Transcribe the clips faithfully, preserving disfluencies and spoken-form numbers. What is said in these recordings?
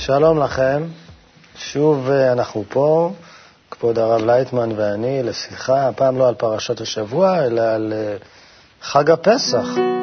שלום לכם, שוב אנחנו פה, כבוד הרב לייטמן ואני, לשיחה, הפעם לא על פרשת השבוע, אלא על חג הפסח.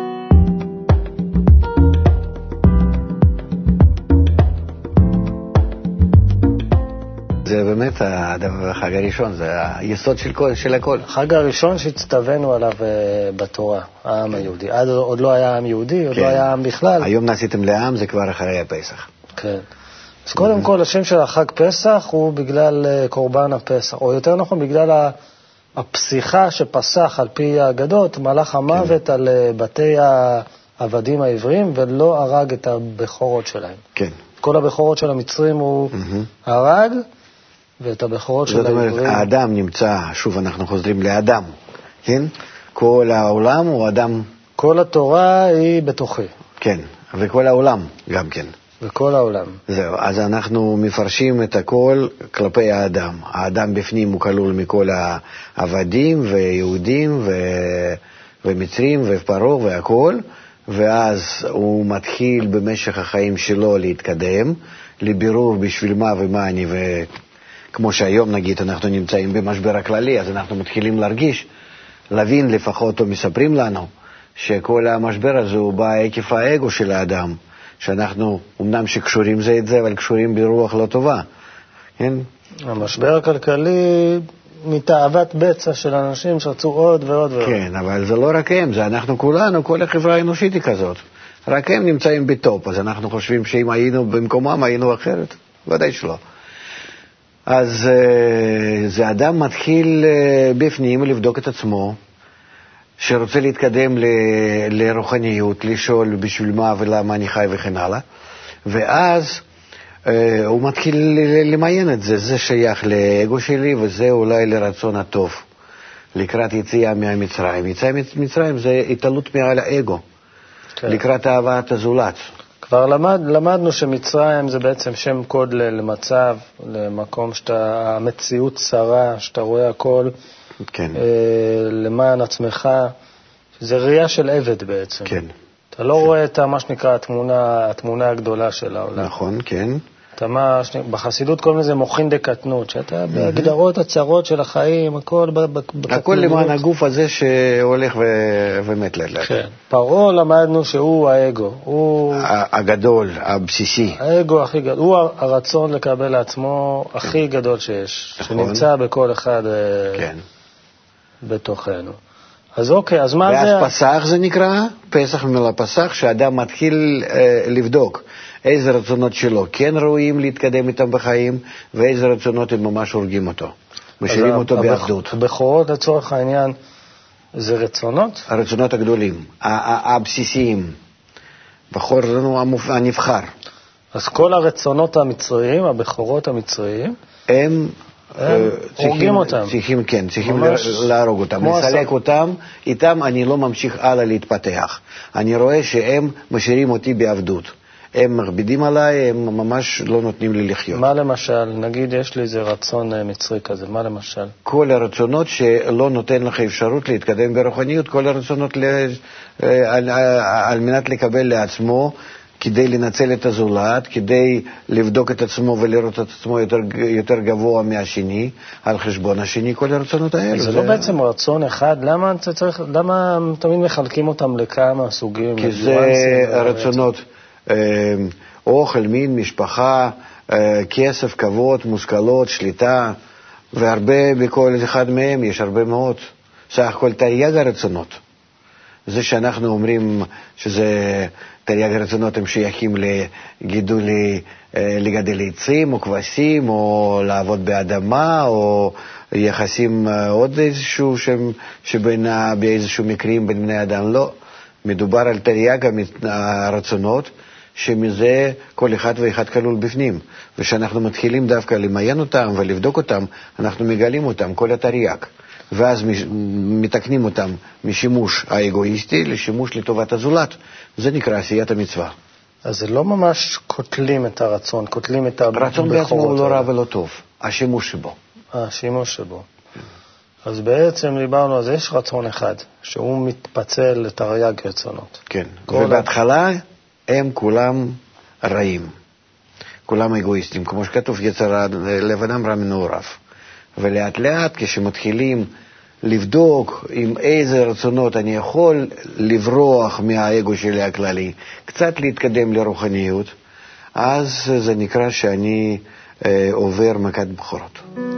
זה באמת החג הראשון, זה היסוד של, כל, של הכל. החג הראשון שהצטווינו עליו בתורה, העם היהודי. עד עוד לא היה עם יהודי, עוד כן. לא היה עם בכלל. היום נעשיתם לעם, זה כבר אחרי הפסח. כן. אז קודם כל, השם של החג פסח הוא בגלל קורבן הפסח, או יותר נכון, בגלל הפסיכה שפסח על פי האגדות, מלאך המוות על בתי העבדים העברים, ולא הרג את הבכורות שלהם. כן. כל הבכורות של המצרים הוא הרג, ואת הבכורות של העברים... זאת אומרת, האדם נמצא, שוב אנחנו חוזרים לאדם, כן? כל העולם הוא אדם... כל התורה היא בתוכי. כן, וכל העולם גם כן. וכל העולם. זהו, אז אנחנו מפרשים את הכל כלפי האדם. האדם בפנים הוא כלול מכל העבדים ויהודים ו... ומצרים ופרעה והכל, ואז הוא מתחיל במשך החיים שלו להתקדם, לבירור בשביל מה ומה אני, וכמו שהיום נגיד אנחנו נמצאים במשבר הכללי, אז אנחנו מתחילים להרגיש, להבין לפחות או מספרים לנו, שכל המשבר הזה הוא בא עקב האגו של האדם, שאנחנו אמנם שקשורים זה את זה, אבל קשורים ברוח לא טובה. כן? המשבר הכלכלי מתאוות בצע של אנשים שרצו עוד ועוד ועוד. כן, אבל זה לא רק הם, זה אנחנו כולנו, כל החברה האנושית היא כזאת. רק הם נמצאים בטופ, אז אנחנו חושבים שאם היינו במקומם היינו אחרת. ודאי שלא. אז זה אדם מתחיל בפנים לבדוק את עצמו, שרוצה להתקדם ל, לרוחניות, לשאול בשביל מה ולמה אני חי וכן הלאה, ואז אה, הוא מתחיל למיין את זה, זה שייך לאגו שלי וזה אולי לרצון הטוב, לקראת יציאה מהמצרים. יציאה מהמצרים זה התעלות מעל האגו, כן. לקראת אהבת הזולת. כבר למד, למדנו שמצרים זה בעצם שם קוד למצב, למקום שאתה, המציאות צרה, שאתה רואה הכל, כן. למען עצמך, זה ראייה של עבד בעצם. כן. אתה לא כן. רואה את מה שנקרא התמונה, התמונה הגדולה של העולם. נכון, כן. אתה מה, בחסידות קוראים לזה מוחין דקטנות, שאתה mm-hmm. בהגדרות הצרות של החיים, הכל בקטנות. הכל למען הגוף הזה שהולך ו... ומת ללך. כן. פרעה למדנו שהוא האגו. הוא... הגדול, הבסיסי. האגו הכי גדול. הוא הרצון לקבל לעצמו כן. הכי גדול שיש, נכון. שנמצא בכל אחד כן. בתוכנו. אז אוקיי, אז מה ואז זה... ואז פסח זה נקרא, פסח מלה פסח, שאדם מתחיל אה, לבדוק איזה רצונות שלו כן ראויים להתקדם איתם בחיים, ואיזה רצונות הם ממש הורגים אותו, משאירים אותו בעבדות. הבכורות לצורך העניין זה רצונות? הרצונות הגדולים, הבסיסיים, בכור לנו הנבחר. אז כל הרצונות המצריים, הבכורות המצריים, הם... הורגים אותם. צריכים, כן, צריכים להרוג אותם, לסלק אותם, איתם אני לא ממשיך הלאה להתפתח. אני רואה שהם משאירים אותי בעבדות. הם מכבידים עליי, הם ממש לא נותנים לי לחיות. מה למשל? נגיד יש לי איזה רצון מצרי כזה, מה למשל? כל הרצונות שלא נותן לך אפשרות להתקדם ברוחניות, כל הרצונות ל... על... על מנת לקבל לעצמו, כדי לנצל את הזולת, כדי לבדוק את עצמו ולראות את עצמו יותר, יותר גבוה מהשני, על חשבון השני, כל הרצונות האלה. זה, זה לא בעצם רצון אחד, למה, צריך, למה תמיד מחלקים אותם לכמה סוגים? כי זה רצונות, אה, אוכל, מין, משפחה, אה, כסף, כבוד, מושכלות, שליטה, והרבה בכל אחד מהם יש הרבה מאוד. סך הכל תרי"ג הרצונות. זה שאנחנו אומרים שזה תרי"ג הרצונות הם שייכים לגידול, לגדל עצים או כבשים או לעבוד באדמה או יחסים עוד איזשהו שם שבין באיזשהו מקרים בין בני אדם. לא, מדובר על תרי"ג הרצונות שמזה כל אחד ואחד כלול בפנים, ושאנחנו מתחילים דווקא למיין אותם ולבדוק אותם, אנחנו מגלים אותם, כל התרי"ג. ואז מתקנים אותם משימוש האגואיסטי לשימוש לטובת הזולת. זה נקרא עשיית המצווה. אז זה לא ממש קוטלים את הרצון, קוטלים את הבכורות. רצון בעצמו הוא לא רע ולא טוב, השימוש שבו. השימוש שבו. אז בעצם דיברנו, אז יש רצון אחד, שהוא מתפצל לתרי"ג רצונות. כן, ובהתחלה הם כולם רעים. כולם אגואיסטים, כמו שכתוב, יצר לב אדם רע מנעוריו. ולאט לאט כשמתחילים לבדוק עם איזה רצונות אני יכול לברוח מהאגו שלי הכללי, קצת להתקדם לרוחניות, אז זה נקרא שאני אה, עובר מכת בכורות.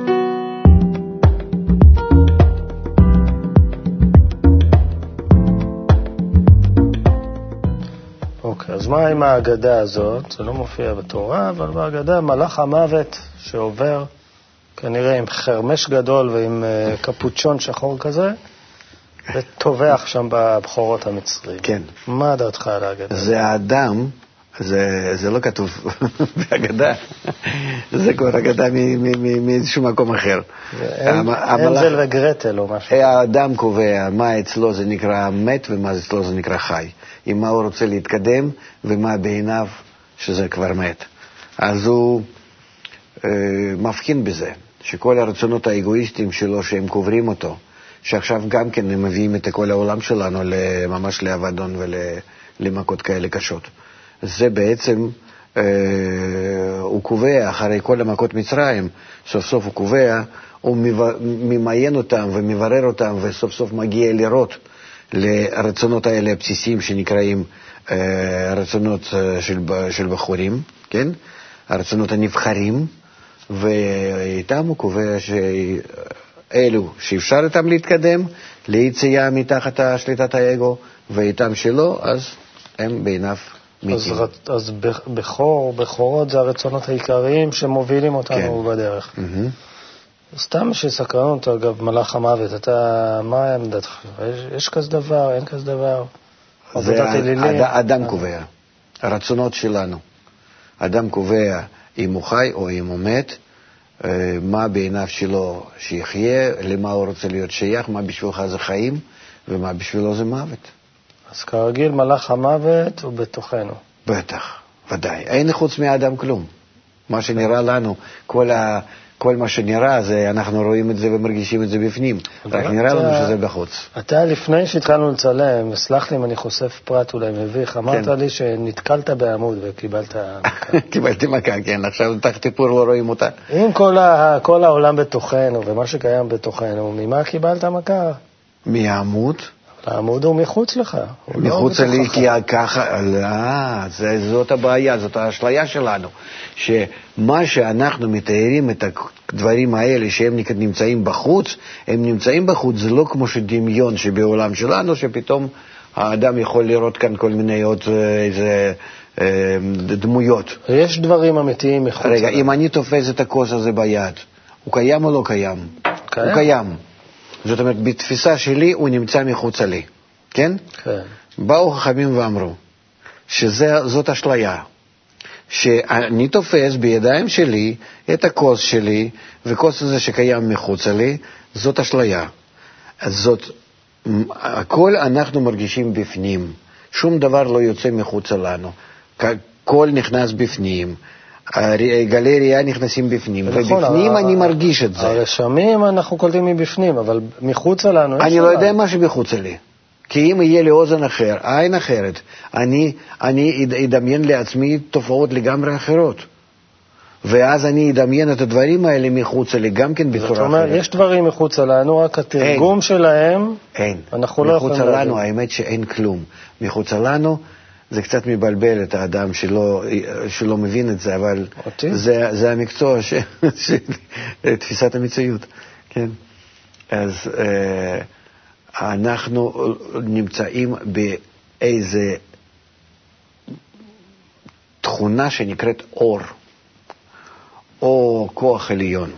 אוקיי, אז מה עם ההגדה הזאת? זה לא מופיע בתורה, אבל בהגדה מלאך המוות שעובר כנראה עם חרמש גדול ועם uh, קפוצ'ון שחור כזה, וטובח שם בבחורות המצרים. כן. מה דעתך על ההגדה? זה האדם, זה, זה לא כתוב בהגדה, זה כבר הגדה מאיזשהו מקום אחר. אנזל וגרטל או משהו. האדם קובע מה אצלו זה נקרא מת ומה אצלו זה נקרא חי. עם מה הוא רוצה להתקדם ומה בעיניו שזה כבר מת. אז הוא אה, מבחין בזה, שכל הרצונות האגואיסטיים שלו שהם קוברים אותו, שעכשיו גם כן הם מביאים את כל העולם שלנו ממש לאבדון ולמכות כאלה קשות. זה בעצם, אה, הוא קובע, אחרי כל המכות מצרים, סוף סוף הוא קובע, הוא ממיין אותם ומברר אותם, וסוף סוף מגיע לראות לרצונות האלה הבסיסיים שנקראים אה, רצונות של, של בחורים, כן? הרצונות הנבחרים, ואיתם הוא קובע שאלו שאפשר איתם להתקדם, ליציאה מתחת שליטת האגו, ואיתם שלא, אז הם בעיניו מתים. אז, אז בחור, בחורות זה הרצונות העיקריים שמובילים אותנו כן. בדרך. Mm-hmm. סתם שסקרנות, אגב, מלאך המוות, אתה, מה העמדתך? יש, יש כזה דבר, אין כזה דבר? זה אד, אדם קובע, הרצונות שלנו. אדם קובע אם הוא חי או אם הוא מת, מה בעיניו שלו שיחיה, למה הוא רוצה להיות שייך, מה בשבילך זה חיים ומה בשבילו זה מוות. אז כרגיל מלאך המוות הוא בתוכנו. בטח, ודאי. אין חוץ מהאדם כלום. מה שנראה לנו, כל, ה, כל מה שנראה, זה, אנחנו רואים את זה ומרגישים את זה בפנים. רק נראה לנו שזה בחוץ. אתה לפני שהתחלנו לצלם, סלח לי אם אני חושף פרט אולי מביך, אמרת כן. לי שנתקלת בעמוד וקיבלת מכה. קיבלתי מכה, כן. עכשיו תחת טיפור לא רואים אותה. אם כל, ה, כל העולם בתוכנו ומה שקיים בתוכנו, ממה קיבלת מכה? מהעמוד. העמוד הוא מחוץ לך. מחוץ לי, כי ככה, לא, זאת הבעיה, זאת האשליה שלנו, שמה שאנחנו מתארים את הדברים האלה שהם נמצאים בחוץ, הם נמצאים בחוץ, זה לא כמו שדמיון שבעולם שלנו, שפתאום האדם יכול לראות כאן כל מיני עוד איזה דמויות. יש דברים אמיתיים מחוץ. רגע, אם אני תופס את הכוס הזה ביד, הוא קיים או לא קיים? קיים. הוא קיים. זאת אומרת, בתפיסה שלי הוא נמצא מחוץ לי, כן? כן. באו חכמים ואמרו שזאת אשליה, שאני תופס בידיים שלי את הכוס שלי, וכוס הזה שקיים מחוץ לי, זאת אשליה. זאת, הכל אנחנו מרגישים בפנים, שום דבר לא יוצא מחוץ לנו, הכל נכנס בפנים, גלי ראייה נכנסים בפנים, ובפנים אני מרגיש את זה. הרשמים אנחנו קולטים מבפנים, אבל מחוץ לנו... אני לא יודע מה שבחוץ לי. כי אם יהיה לי אוזן אחר, עין אחרת, אני, אני אדמיין לעצמי תופעות לגמרי אחרות. ואז אני אדמיין את הדברים האלה מחוץ לי, גם כן בצורה אחרת. זאת אומרת, יש דברים מחוץ לנו, רק התרגום שלהם, אין. אנחנו לא יכולים להגיד. מחוץ לנו, האמת שאין כלום. מחוץ לנו, זה קצת מבלבל את האדם שלא, שלא מבין את זה, אבל זה, זה המקצוע ש, ש, תפיסת המציאות. כן. אז אה, אנחנו נמצאים באיזה תכונה שנקראת אור, או כוח עליון,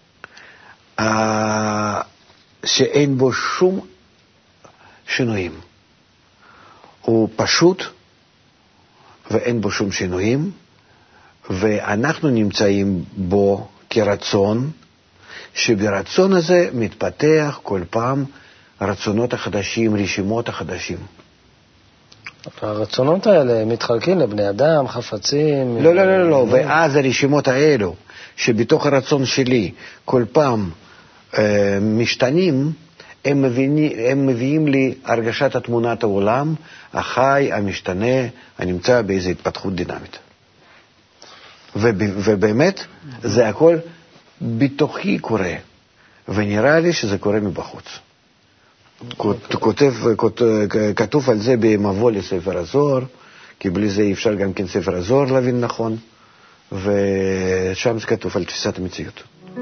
אה, שאין בו שום שינויים. הוא פשוט, ואין בו שום שינויים, ואנחנו נמצאים בו כרצון, שברצון הזה מתפתח כל פעם רצונות החדשים, רשימות החדשים. הרצונות האלה מתחלקים לבני אדם, חפצים... לא, לא, לא, לא, ואז הרשימות האלו, שבתוך הרצון שלי כל פעם אה, משתנים, הם מביאים, הם מביאים לי הרגשת התמונת העולם, החי, המשתנה, הנמצא באיזו התפתחות דינמית. ובאמת, זה הכל בתוכי קורה, ונראה לי שזה קורה מבחוץ. כותב, כתוב על זה במבוא לספר הזוהר, כי בלי זה אי אפשר גם כן ספר הזוהר להבין נכון, ושם זה כתוב על תפיסת המציאות.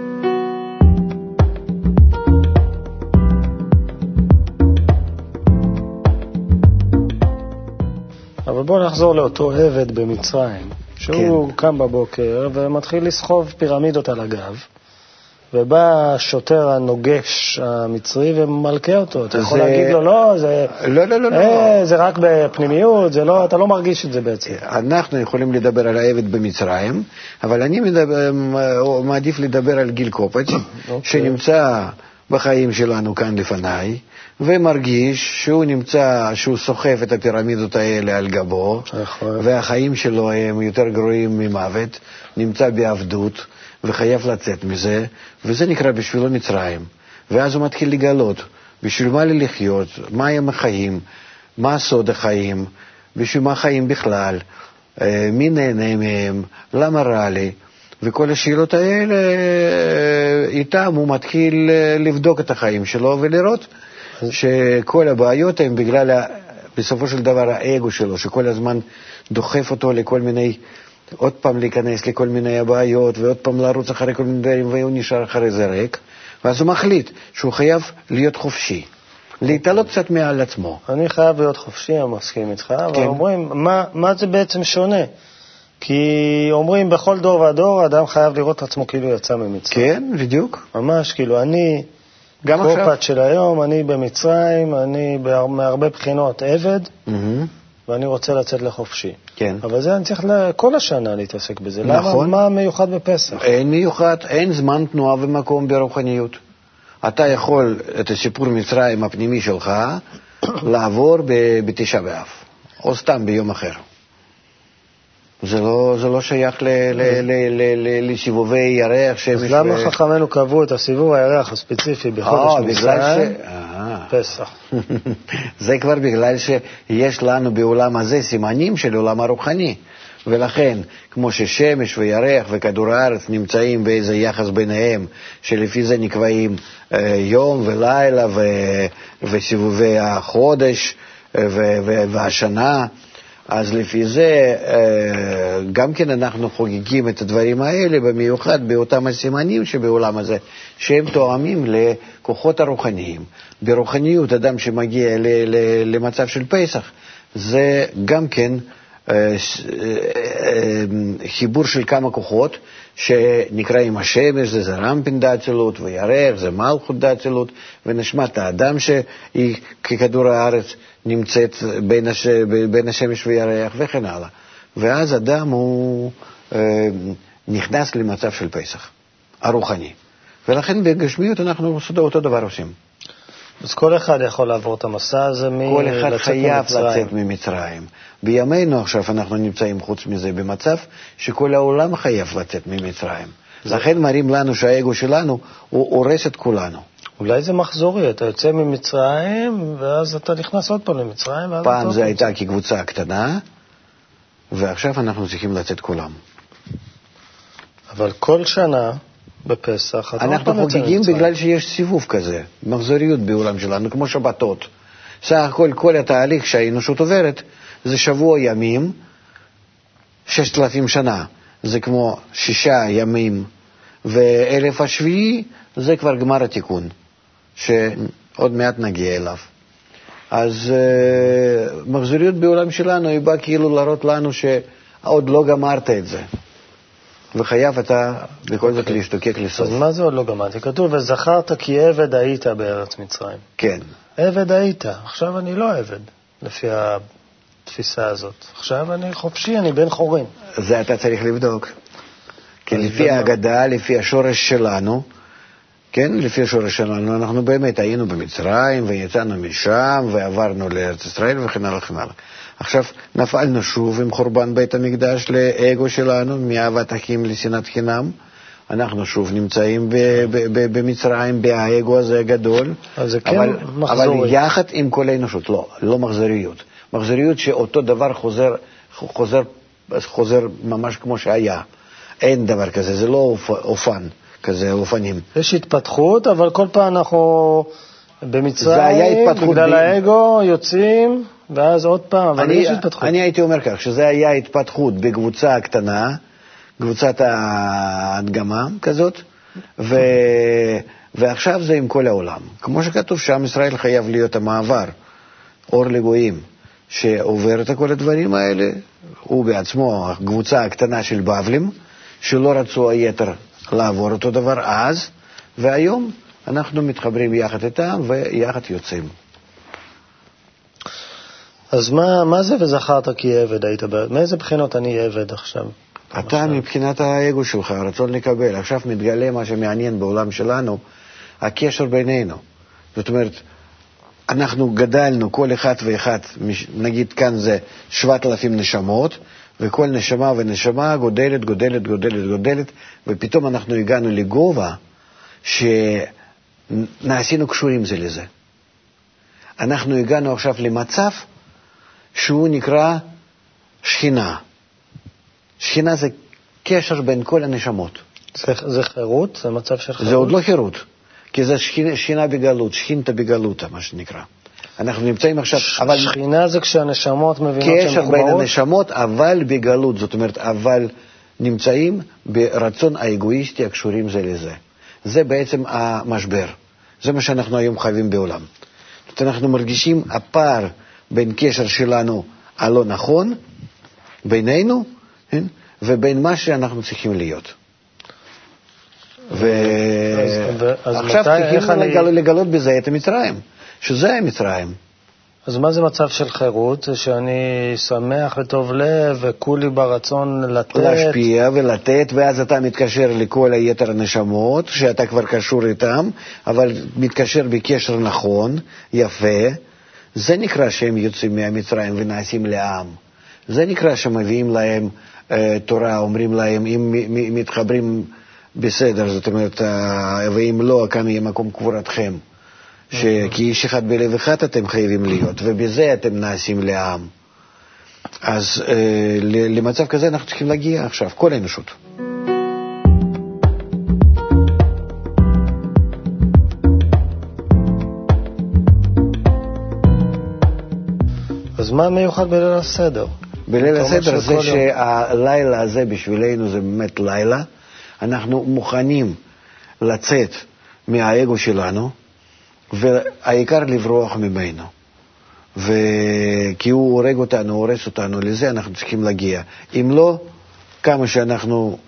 אבל בואו נחזור לאותו עבד במצרים, שהוא כן. קם בבוקר ומתחיל לסחוב פירמידות על הגב, ובא השוטר הנוגש המצרי ומלכה אותו. אתה יכול להגיד לו, לא, זה, לא, לא, לא, אה, זה רק בפנימיות, זה לא, אתה לא מרגיש את זה בעצם. אנחנו יכולים לדבר על העבד במצרים, אבל אני מדבר, מעדיף לדבר על גיל קופץ', שנמצא בחיים שלנו כאן לפניי, ומרגיש שהוא נמצא, שהוא סוחף את הפירמידות האלה על גבו, והחיים שלו הם יותר גרועים ממוות, נמצא בעבדות, וחייב לצאת מזה, וזה נקרא בשבילו מצרים. ואז הוא מתחיל לגלות, בשביל מה לי לחיות, מה הם החיים, מה סוד החיים, בשביל מה החיים בכלל, מי נהנה מהם, למה רע לי, וכל השאלות האלה, איתם הוא מתחיל לבדוק את החיים שלו, ולראות שכל הבעיות הן בגלל, בסופו של דבר, האגו שלו, שכל הזמן דוחף אותו לכל מיני, עוד פעם להיכנס לכל מיני הבעיות, ועוד פעם לרוץ אחרי כל מיני דברים, והוא נשאר אחרי זה ריק, ואז הוא מחליט שהוא חייב להיות חופשי, להתעלות קצת מעל עצמו. אני חייב להיות חופשי, אני מסכים איתך, אבל אומרים, מה, מה זה בעצם שונה? כי אומרים, בכל דור ודור, אדם חייב לראות את עצמו כאילו יצא ממצרים. כן, בדיוק. ממש, כאילו, אני, קופת של היום, אני במצרים, אני מהרבה בחינות עבד, mm-hmm. ואני רוצה לצאת לחופשי. כן. אבל זה אני צריך כל השנה להתעסק בזה. נכון. למה, מה מיוחד בפסח? אין מיוחד, אין זמן תנועה ומקום ברוחניות. אתה יכול את הסיפור מצרים הפנימי שלך לעבור בתשעה באב, או סתם ביום אחר. זה לא, זה לא שייך ל, ל, ל, ל, ל, לסיבובי ירח, שמש. אז למה ו... חכמנו קבעו את הסיבוב הירח הספציפי בחודש מצרים? ש... פסח. זה כבר בגלל שיש לנו בעולם הזה סימנים של עולם הרוחני. ולכן, כמו ששמש וירח וכדור הארץ נמצאים באיזה יחס ביניהם, שלפי זה נקבעים אה, יום ולילה ו, וסיבובי החודש ו, ו, והשנה, אז לפי זה גם כן אנחנו חוגגים את הדברים האלה במיוחד באותם הסימנים שבעולם הזה, שהם תואמים לכוחות הרוחניים. ברוחניות, אדם שמגיע למצב של פסח, זה גם כן חיבור של כמה כוחות שנקראים השמש, זה זרמפין דאצילות, וירח, זה מלכות דאצילות, ונשמת האדם שהיא ככדור הארץ נמצאת בין, הש... בין השמש וירח וכן הלאה. ואז אדם הוא אה, נכנס למצב של פסח, הרוחני. ולכן בגשמיות אנחנו אותו דבר עושים. אז כל אחד יכול לעבור את המסע הזה מ... כל אחד חייב לצאת ממצרים. בימינו עכשיו אנחנו נמצאים חוץ מזה במצב שכל העולם חייב לצאת ממצרים. לכן מראים לנו שהאגו שלנו הוא הורס את כולנו. אולי זה מחזורי, אתה יוצא ממצרים ואז אתה נכנס עוד פעם למצרים. פעם זה הייתה כקבוצה קטנה, ועכשיו אנחנו צריכים לצאת כולם. אבל כל שנה בפסח אנחנו חוגגים בגלל שיש סיבוב כזה, מחזוריות בעולם שלנו, כמו שבתות. סך הכל כל התהליך שהאנושות עוברת זה שבוע ימים, ששת אלפים שנה. זה כמו שישה ימים, ואלף השביעי זה כבר גמר התיקון, שעוד מעט נגיע אליו. אז uh, מחזוריות בעולם שלנו היא באה כאילו להראות לנו שעוד לא גמרת את זה. וחייב אתה בכל זאת להשתוקק לסוף. אז מה זה עוד לא גמרתי? כתוב, וזכרת כי עבד היית בארץ מצרים. כן. עבד היית. עכשיו אני לא עבד, לפי התפיסה הזאת. עכשיו אני חופשי, אני בן חורין. זה אתה צריך לבדוק. כי לפי ההגדה, לפי השורש שלנו, כן, לפי השורש שלנו, אנחנו באמת היינו במצרים, ויצאנו משם, ועברנו לארץ ישראל, וכן הלאה וכן הלאה. עכשיו נפלנו שוב עם חורבן בית המקדש לאגו שלנו, מאהבת אחים לשנאת חינם. אנחנו שוב נמצאים ב- ב- ב- במצרים, באגו הזה הגדול. אז זה כן אבל, מחזורי. אבל יחד עם כל האנושות, לא, לא מחזוריות. מחזוריות שאותו דבר חוזר, חוזר, חוזר ממש כמו שהיה. אין דבר כזה, זה לא אופן כזה, אופנים. יש התפתחות, אבל כל פעם אנחנו במצרים, בגלל ב... האגו, יוצאים, ואז עוד פעם, אבל אני, יש התפתחות. אני הייתי אומר כך, שזה היה התפתחות בקבוצה קטנה, קבוצת ההדגמה כזאת, ו... ועכשיו זה עם כל העולם. כמו שכתוב שם, ישראל חייב להיות המעבר, אור לגויים, שעובר את כל הדברים האלה, הוא בעצמו, הקבוצה הקטנה של בבלים, שלא רצו היתר לעבור אותו דבר אז, והיום אנחנו מתחברים יחד איתם ויחד יוצאים. אז מה, מה זה וזכרת כי עבד היית? מאיזה בחינות אני עבד עכשיו? אתה עכשיו? מבחינת האגו שלך, רצון לקבל. עכשיו מתגלה מה שמעניין בעולם שלנו, הקשר בינינו. זאת אומרת, אנחנו גדלנו כל אחד ואחד, נגיד כאן זה שבעת אלפים נשמות, וכל נשמה ונשמה גודלת, גודלת, גודלת, גודלת, ופתאום אנחנו הגענו לגובה שנעשינו קשורים זה לזה. אנחנו הגענו עכשיו למצב שהוא נקרא שכינה. שכינה זה קשר בין כל הנשמות. זה, זה חירות? זה מצב של חירות? זה עוד לא חירות, כי זה שכינה, שכינה בגלות, שכינתה בגלותה, מה שנקרא. אנחנו נמצאים עכשיו... ש... אבל... שכינה זה כשהנשמות מבינות שהן מחוברות? קשר בין הנשמות, אבל בגלות, זאת אומרת, אבל נמצאים ברצון האגואיסטי הקשורים זה לזה. זה בעצם המשבר. זה מה שאנחנו היום חייבים בעולם. זאת אומרת, אנחנו מרגישים הפער בין קשר שלנו הלא נכון, בינינו, ובין מה שאנחנו צריכים להיות. ועכשיו צריכים לגלות בזה את המצרים, שזה המצרים. אז מה זה מצב של חירות? זה שאני שמח וטוב לב וכולי ברצון לתת? להשפיע ולתת, ואז אתה מתקשר לכל היתר הנשמות, שאתה כבר קשור איתם, אבל מתקשר בקשר נכון, יפה. זה נקרא שהם יוצאים מהמצרים ונעשים לעם. זה נקרא שמביאים להם אה, תורה, אומרים להם, אם מתחברים בסדר, זאת אומרת, אה, ואם לא, כאן יהיה מקום קבורתכם. כי איש אחד בלב אחד אתם חייבים להיות, ובזה אתם נעשים לעם. אז אה, למצב כזה אנחנו צריכים להגיע עכשיו, כל האנושות. אז מה מיוחד בליל הסדר? בליל הסדר זה שהלילה הזה בשבילנו זה באמת לילה. אנחנו מוכנים לצאת מהאגו שלנו, והעיקר לברוח ממנו. וכי הוא הורג אותנו, הורס אותנו, לזה אנחנו צריכים להגיע. אם לא, כמה שאנחנו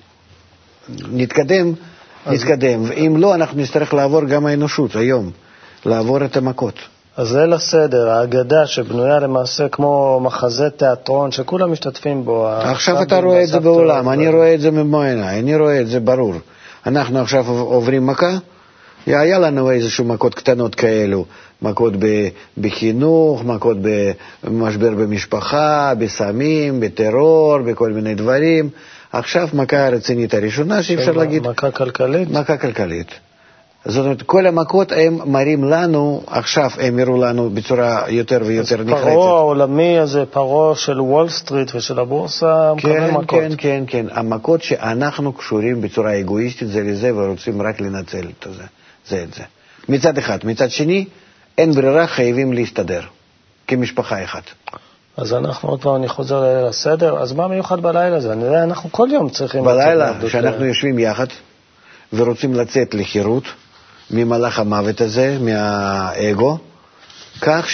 נתקדם, נתקדם. ואם לא, אנחנו נצטרך לעבור גם האנושות היום, לעבור את המכות. אז ליל הסדר, ההגדה שבנויה למעשה כמו מחזה תיאטרון שכולם משתתפים בו. עכשיו אתה רואה את זה בעולם, אני רואה את זה ממו עיניי, אני רואה את זה ברור. אנחנו עכשיו עוברים מכה, היה לנו איזשהו מכות קטנות כאלו, מכות בחינוך, מכות במשבר במשפחה, בסמים, בטרור, בכל מיני דברים. עכשיו מכה הרצינית הראשונה שאפשר להגיד. מכה כלכלית? מכה כלכלית. זאת אומרת, כל המכות הם מראים לנו, עכשיו הם יראו לנו בצורה יותר ויותר נחרצת. פרו העולמי הזה, פרו של וול סטריט ושל הבורסה, כן, כן, כן, כן. המכות שאנחנו קשורים בצורה אגואיסטית זה לזה ורוצים רק לנצל את זה. זה את זה. מצד אחד. מצד שני, אין ברירה, חייבים להסתדר, כמשפחה אחת. אז אנחנו עוד פעם, אני חוזר לליל הסדר, אז מה מיוחד בלילה הזה? אני יודע, אנחנו כל יום צריכים... בלילה, שאנחנו יושבים יחד ורוצים לצאת לחירות, ממלאך המוות הזה, מהאגו, כך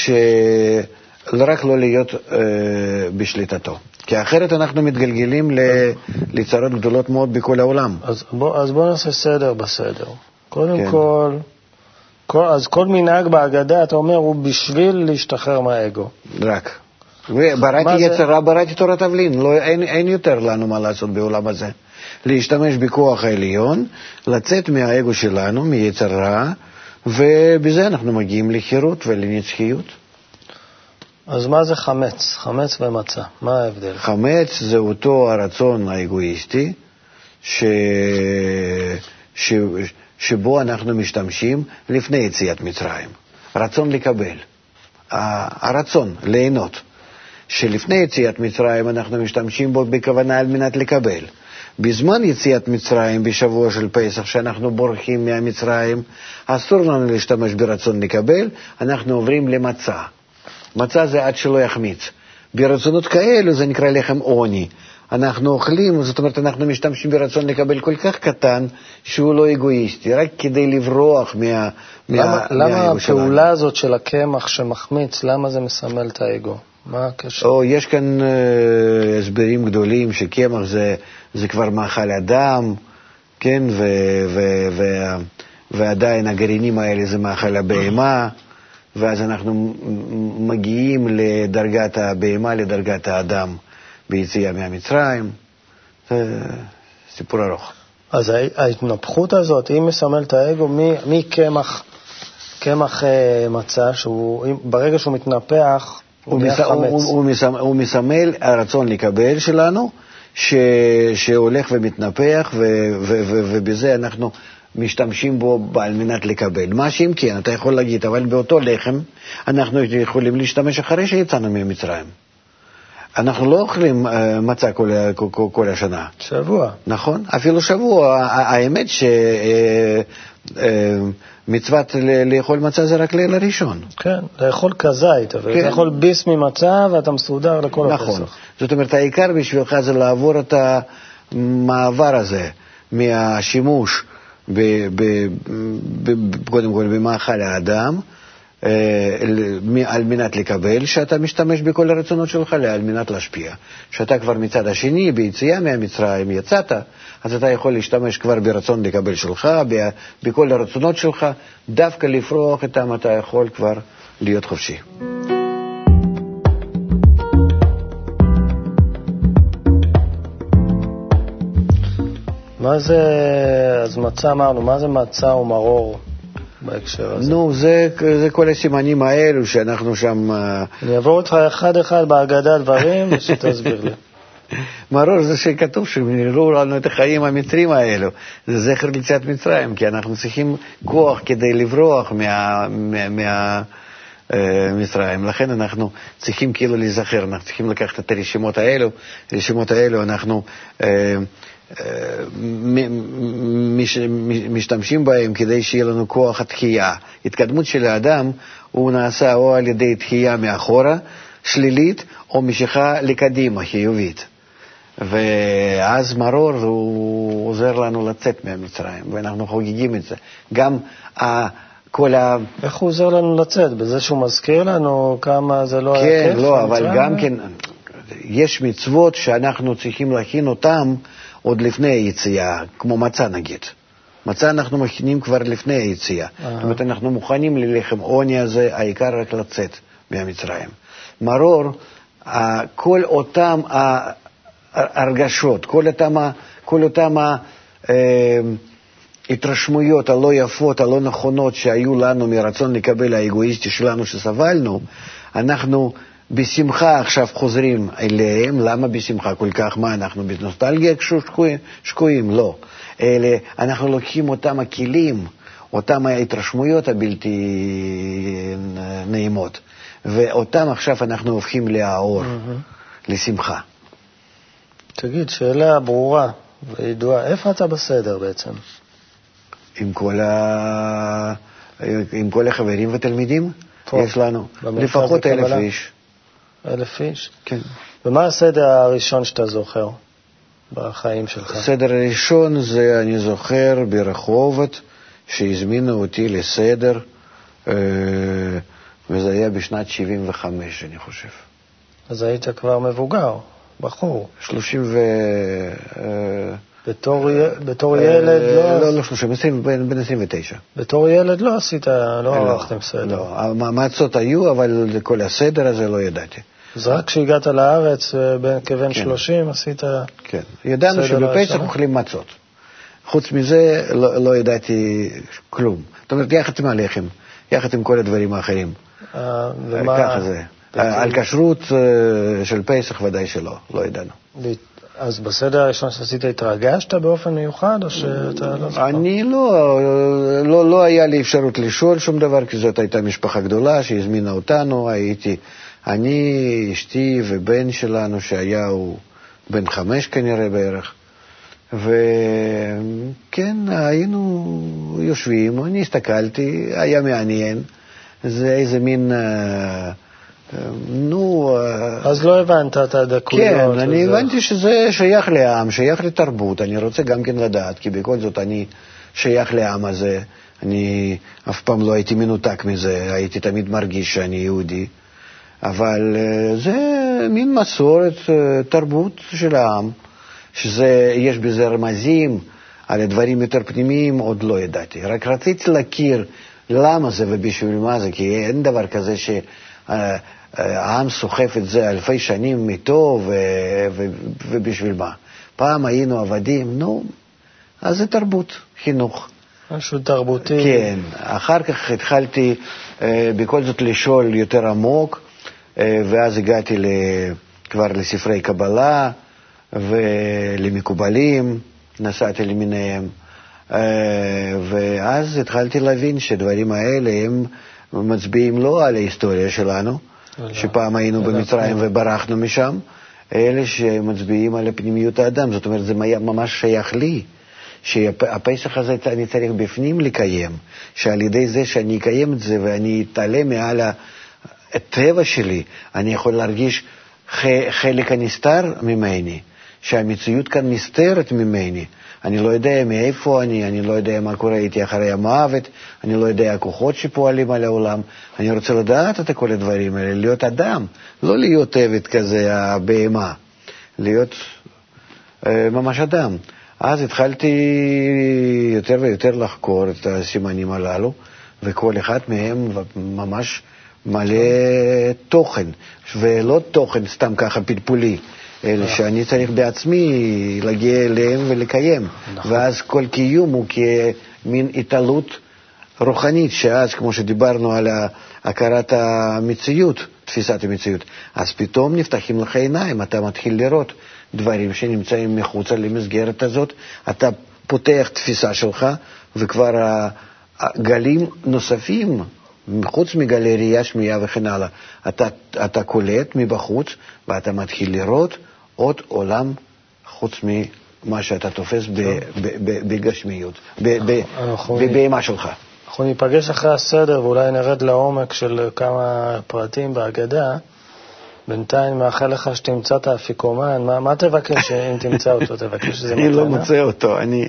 שרק לא להיות אה, בשליטתו. כי אחרת אנחנו מתגלגלים לצרות גדולות מאוד בכל העולם. אז בוא, אז בוא נעשה סדר בסדר. קודם כן. כל, כל, אז כל מנהג בהגדה, אתה אומר, הוא בשביל להשתחרר מהאגו. רק. ובראתי יצר רע, בראתי תורת תבלין. לא, אין, אין יותר לנו מה לעשות בעולם הזה. להשתמש בכוח העליון, לצאת מהאגו שלנו, מיצר רע, ובזה אנחנו מגיעים לחירות ולנצחיות. אז מה זה חמץ? חמץ ומצה. מה ההבדל? חמץ זה אותו הרצון האגואיסטי, ש... ש... שבו אנחנו משתמשים לפני יציאת מצרים. רצון לקבל. הרצון ליהנות. שלפני יציאת מצרים אנחנו משתמשים בו בכוונה על מנת לקבל. בזמן יציאת מצרים, בשבוע של פסח, שאנחנו בורחים מהמצרים, אסור לנו להשתמש ברצון לקבל, אנחנו עוברים למצה. מצה זה עד שלא יחמיץ. ברצונות כאלו זה נקרא לחם עוני. אנחנו אוכלים, זאת אומרת, אנחנו משתמשים ברצון לקבל כל כך קטן, שהוא לא אגואיסטי, רק כדי לברוח מה... למה, מה, למה הפעולה הזאת של הקמח שמחמיץ, למה זה מסמל את האגו? מה הקשר? או, יש כאן uh, הסברים גדולים שקמח זה, זה כבר מאכל אדם, כן, ו, ו, ו, ועדיין הגרעינים האלה זה מאכל הבהמה, ואז אנחנו מגיעים לדרגת הבהמה, לדרגת האדם ביציאה מהמצרים. זה סיפור ארוך. אז ההתנפחות הזאת, היא מסמל את האגו מקמח, קמח מצה, שהוא, ברגע שהוא מתנפח, הוא, מס, הוא, הוא, מסמל, הוא מסמל הרצון לקבל שלנו, ש, שהולך ומתנפח, ו, ו, ו, ובזה אנחנו משתמשים בו על מנת לקבל. מה שאם כן, אתה יכול להגיד, אבל באותו לחם אנחנו יכולים להשתמש אחרי שיצאנו ממצרים. אנחנו לא אוכלים uh, מצה כל, כל, כל, כל השנה. שבוע. נכון, אפילו שבוע. האמת שמצוות uh, uh, לאכול מצה זה רק ליל הראשון. כן, לאכול כזית, אבל כן. לאכול ביס ממצה ואתה מסודר לכל הפסח. נכון, זאת אומרת, העיקר בשבילך זה לעבור את המעבר הזה מהשימוש ב, ב, ב, ב, קודם כל במאכל האדם, על מנת לקבל, שאתה משתמש בכל הרצונות שלך, על מנת להשפיע. שאתה כבר מצד השני, ביציאה מהמצרים, יצאת, אז אתה יכול להשתמש כבר ברצון לקבל שלך, בכל הרצונות שלך, דווקא לפרוח איתם אתה יכול כבר להיות חופשי. מה זה, אז מצה אמרנו, מה זה מצה ומרור? בהקשר הזה. נו, זה, זה כל הסימנים האלו שאנחנו שם... אני אעבור אותך אחד אחד בהגדה דברים ושתסביר לי. מרור זה שכתוב שנראו לנו את החיים המצרים האלו. זה זכר ליציאת מצרים, כי אנחנו צריכים כוח כדי לברוח מה... מה, מה מצרים. לכן אנחנו צריכים כאילו להיזכר, אנחנו צריכים לקחת את הרשימות האלו, הרשימות האלו אנחנו... משתמשים בהם כדי שיהיה לנו כוח התחייה. התקדמות של האדם הוא נעשה או על ידי תחייה מאחורה, שלילית, או משיכה לקדימה, חיובית. ואז מרור הוא עוזר לנו לצאת מהמצרים, ואנחנו חוגגים את זה. גם כל ה... איך הוא עוזר לנו לצאת? בזה שהוא מזכיר לנו כמה זה לא היה כיף? כן, לא, אבל גם כן, יש מצוות שאנחנו צריכים להכין אותם עוד לפני היציאה, כמו מצה נגיד. מצה אנחנו מכינים כבר לפני היציאה. זאת אומרת, אנחנו מוכנים ללחם עוני הזה, העיקר רק לצאת מהמצרים. מרור, כל אותם הרגשות, כל אותם, כל אותם התרשמויות הלא יפות, הלא נכונות שהיו לנו מרצון לקבל האגואיסטי שלנו שסבלנו, אנחנו בשמחה עכשיו חוזרים אליהם. למה בשמחה כל כך? מה, אנחנו בנוסטלגיה שקועים? שקועים? לא. אלה, אנחנו לוקחים אותם הכלים, אותם ההתרשמויות הבלתי נעימות, ואותם עכשיו אנחנו הופכים לאור, mm-hmm. לשמחה. תגיד, שאלה ברורה וידועה, איפה אתה בסדר בעצם? עם כל, ה... עם כל החברים ותלמידים פה, יש לנו לפחות אלף איש. אלף איש? כן. ומה הסדר הראשון שאתה זוכר בחיים שלך? הסדר הראשון זה, אני זוכר, ברחובות, שהזמינו אותי לסדר, וזה היה בשנת שבעים וחמש, אני חושב. אז היית כבר מבוגר, בחור. שלושים ו... בתור, בתור ילד לא... לא, לא שלושים, בין עשרים ותשע. בתור ילד לא עשית, לא ערכתם סדר. לא, המעצות היו, אבל כל הסדר הזה לא ידעתי. אז רק כשהגעת לארץ, כבן שלושים, עשית... כן, ידענו שבפסח אוכלים מצות. חוץ מזה, לא ידעתי כלום. זאת אומרת, יחד עם הלחם, יחד עם כל הדברים האחרים. ככה זה. על כשרות של פסח ודאי שלא, לא ידענו. אז בסדר הראשון שעשית התרגשת באופן מיוחד, או שאתה לא זוכר? אני לא, לא, לא היה לי אפשרות לשאול שום דבר, כי זאת הייתה משפחה גדולה שהזמינה אותנו. הייתי, אני, אשתי ובן שלנו, שהיה הוא בן חמש כנראה בערך, וכן, היינו יושבים, אני הסתכלתי, היה מעניין, זה איזה מין, נו... אז לא הבנת את הדקויות. כן, אני הבנתי שזה שייך לעם, שייך לתרבות, אני רוצה גם כן לדעת, כי בכל זאת אני שייך לעם הזה, אני אף פעם לא הייתי מנותק מזה, הייתי תמיד מרגיש שאני יהודי, אבל זה מין מסורת, תרבות של העם, שיש בזה רמזים על הדברים יותר פנימיים, עוד לא ידעתי. רק רציתי להכיר למה זה ובשביל מה זה, כי אין דבר כזה שהעם סוחף את זה אלפי שנים איתו ובשביל מה. פעם היינו עבדים, נו, אז זה תרבות, חינוך. משהו תרבותי. כן, אחר כך התחלתי בכל זאת לשאול יותר עמוק, ואז הגעתי כבר לספרי קבלה, ולמקובלים, נסעתי למיניהם, ואז התחלתי להבין שדברים האלה הם מצביעים לא על ההיסטוריה שלנו, שפעם היינו במצרים וברחנו משם, אלה שמצביעים על פנימיות האדם, זאת אומרת זה ממש שייך לי, שהפסח הזה אני צריך בפנים לקיים, שעל ידי זה שאני אקיים את זה ואני אתעלה מעל הטבע שלי, אני יכול להרגיש חלק הנסתר ממני, שהמציאות כאן נסתרת ממני. אני לא יודע מאיפה אני, אני לא יודע מה קורה איתי אחרי המוות, אני לא יודע הכוחות שפועלים על העולם. אני רוצה לדעת את כל הדברים האלה, להיות אדם, לא להיות עבד כזה, הבהמה, להיות אה, ממש אדם. אז התחלתי יותר ויותר לחקור את הסימנים הללו, וכל אחד מהם ממש מלא תוכן, ולא תוכן סתם ככה פלפולי, אלא שאני צריך בעצמי להגיע אליהם ולקיים. ואז כל קיום הוא כמין התעלות רוחנית, שאז כמו שדיברנו על הכרת המציאות, תפיסת המציאות, אז פתאום נפתחים לך עיניים, אתה מתחיל לראות דברים שנמצאים מחוצה למסגרת הזאת, אתה פותח תפיסה שלך, וכבר גלים נוספים, מחוץ מגלי ראייה, שמיעה וכן הלאה, אתה, אתה קולט מבחוץ, ואתה מתחיל לראות עוד עולם חוץ ממה שאתה תופס בגשמיות, בבהמה שלך. אנחנו ניפגש אחרי הסדר, ואולי נרד לעומק של כמה פרטים בהגדה. בינתיים מאחל לך שתמצא את האפיקומן. מה, מה תבקש אם תמצא אותו? תבקש שזה מתנה? אני לא מוצא אותו. אני,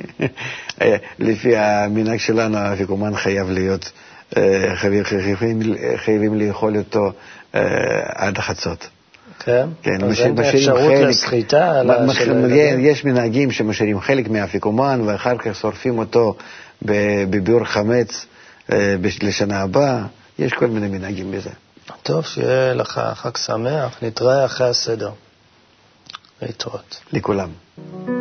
לפי המנהג שלנו, האפיקומן חייב להיות, חייבים, חייבים לאכול אותו עד החצות. כן? כן, אז אין אפשרות לסחיטה? יש מנהגים שמשאירים חלק מהאפיקומן, ואחר כך שורפים אותו בביאור חמץ לשנה הבאה. יש כל מיני מנהגים בזה. טוב, שיהיה לך חג שמח, נתראה אחרי הסדר. להתראות. לכולם.